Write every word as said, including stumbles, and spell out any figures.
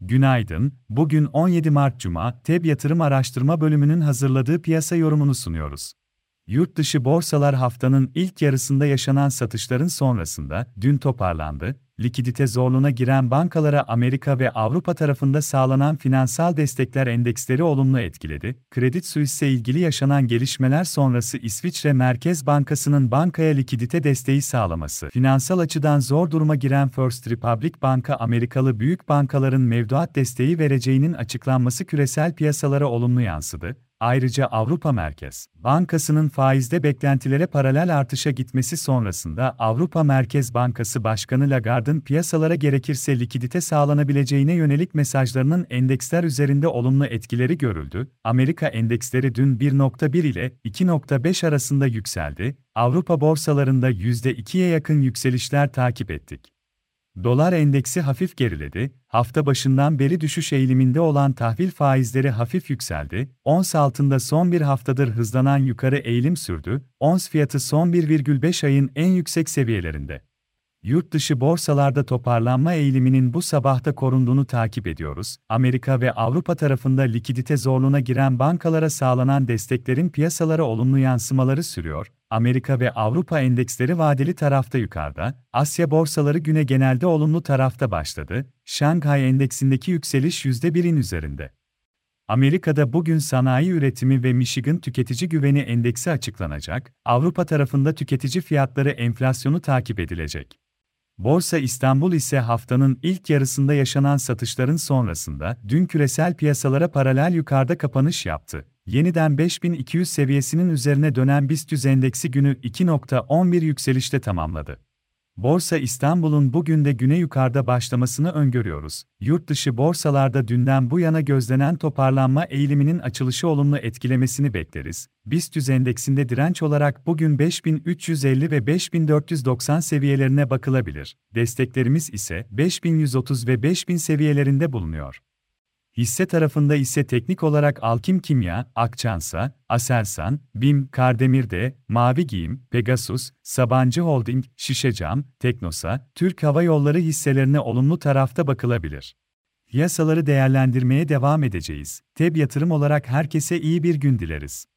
Günaydın, bugün on yedi Mart Cuma, T E B Yatırım Araştırma Bölümünün hazırladığı piyasa yorumunu sunuyoruz. Yurt dışı borsalar haftanın ilk yarısında yaşanan satışların sonrasında dün toparlandı. Likidite zorluğuna giren bankalara Amerika ve Avrupa tarafında sağlanan finansal destekler endeksleri olumlu etkiledi. Credit Suisse ilgili yaşanan gelişmeler sonrası İsviçre Merkez Bankası'nın bankaya likidite desteği sağlaması, finansal açıdan zor duruma giren First Republic Bank'a Amerikalı büyük bankaların mevduat desteği vereceğinin açıklanması küresel piyasalara olumlu yansıdı. Ayrıca Avrupa Merkez Bankası'nın faizde beklentilere paralel artışa gitmesi sonrasında Avrupa Merkez Bankası Başkanı Lagarde'ın piyasalara gerekirse likidite sağlanabileceğine yönelik mesajlarının endeksler üzerinde olumlu etkileri görüldü. Amerika endeksleri dün bir nokta bir ile iki nokta beş arasında yükseldi. Avrupa borsalarında yüzde ikiye yakın yükselişler takip ettik. Dolar endeksi hafif geriledi, hafta başından beri düşüş eğiliminde olan tahvil faizleri hafif yükseldi, ons altında son bir haftadır hızlanan yukarı eğilim sürdü, ons fiyatı son bir virgül beş ayın en yüksek seviyelerinde. Yurt dışı borsalarda toparlanma eğiliminin bu sabahta korunduğunu takip ediyoruz. Amerika ve Avrupa tarafında likidite zorluğuna giren bankalara sağlanan desteklerin piyasalara olumlu yansımaları sürüyor. Amerika ve Avrupa endeksleri vadeli tarafta yukarıda, Asya borsaları güne genelde olumlu tarafta başladı. Şanghay endeksindeki yükseliş yüzde birin üzerinde. Amerika'da bugün sanayi üretimi ve Michigan tüketici güveni endeksi açıklanacak. Avrupa tarafında tüketici fiyatları enflasyonu takip edilecek. Borsa İstanbul ise haftanın ilk yarısında yaşanan satışların sonrasında dün küresel piyasalara paralel yukarıda kapanış yaptı. Yeniden beş bin iki yüz seviyesinin üzerine dönen BIST yüz endeksi günü iki nokta on bir yükselişte tamamladı. Borsa İstanbul'un bugün de güne yukarıda başlamasını öngörüyoruz. Yurt dışı borsalarda dünden bu yana gözlenen toparlanma eğiliminin açılışı olumlu etkilemesini bekleriz. BIST yüz endeksinde direnç olarak bugün beş bin üç yüz elli ve beş bin dört yüz doksan seviyelerine bakılabilir. Desteklerimiz ise beş bin yüz otuz ve beş bin seviyelerinde bulunuyor. Hisse tarafında ise teknik olarak Alkim Kimya, Akçansa, Aselsan, BİM, Kardemir'de, Mavi Giyim, Pegasus, Sabancı Holding, Şişecam, Teknosa, Türk Hava Yolları hisselerine olumlu tarafta bakılabilir. Piyasaları değerlendirmeye devam edeceğiz. T E B Yatırım olarak herkese iyi bir gün dileriz.